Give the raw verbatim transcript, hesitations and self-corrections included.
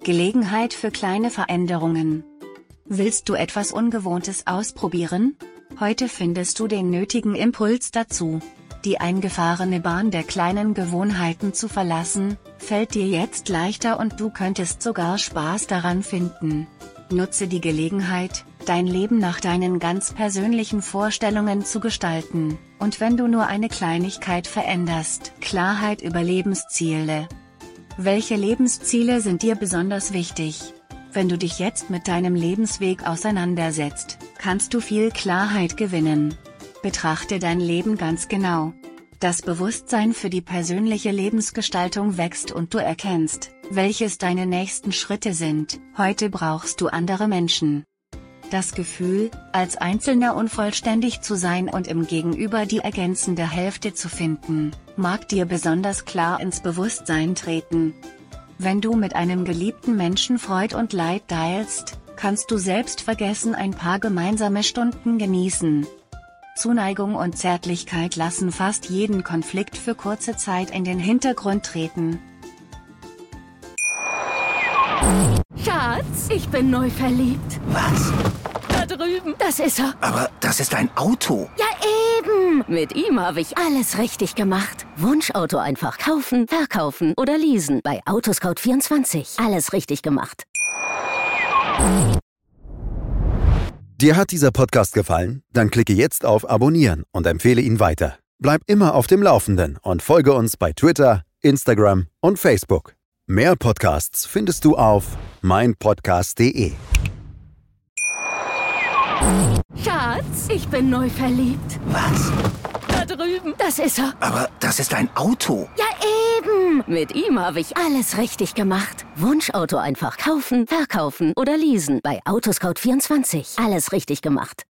Gelegenheit für kleine Veränderungen. Willst du etwas Ungewohntes ausprobieren? Heute findest du den nötigen Impuls dazu. Die eingefahrene Bahn der kleinen Gewohnheiten zu verlassen, fällt dir jetzt leichter und du könntest sogar Spaß daran finden. Nutze die Gelegenheit, dein Leben nach deinen ganz persönlichen Vorstellungen zu gestalten, und wenn du nur eine Kleinigkeit veränderst, Klarheit über Lebensziele. Welche Lebensziele sind dir besonders wichtig? Wenn du dich jetzt mit deinem Lebensweg auseinandersetzt, kannst du viel Klarheit gewinnen. Betrachte dein Leben ganz genau. Das Bewusstsein für die persönliche Lebensgestaltung wächst und du erkennst, welches deine nächsten Schritte sind. Heute brauchst du andere Menschen. Das Gefühl, als Einzelner unvollständig zu sein und im Gegenüber die ergänzende Hälfte zu finden, mag dir besonders klar ins Bewusstsein treten. Wenn du mit einem geliebten Menschen Freud und Leid teilst, kannst du selbst vergessen ein paar gemeinsame Stunden genießen. Zuneigung und Zärtlichkeit lassen fast jeden Konflikt für kurze Zeit in den Hintergrund treten. Schatz, ich bin neu verliebt. Was? Da drüben. Das ist er. Aber das ist ein Auto. Ja, eben. Mit ihm habe ich alles richtig gemacht. Wunschauto einfach kaufen, verkaufen oder leasen. Bei Autoscout vierundzwanzig. Alles richtig gemacht. Dir hat dieser Podcast gefallen? Dann klicke jetzt auf Abonnieren und empfehle ihn weiter. Bleib immer auf dem Laufenden und folge uns bei Twitter, Instagram und Facebook. Mehr Podcasts findest du auf meinpodcast punkt de. Schatz, ich bin neu verliebt. Was? Da drüben. Das ist er. Aber das ist ein Auto. Ja, eben. Mit ihm habe ich alles richtig gemacht. Wunschauto einfach kaufen, verkaufen oder leasen. Bei Autoscout vierundzwanzig. Alles richtig gemacht.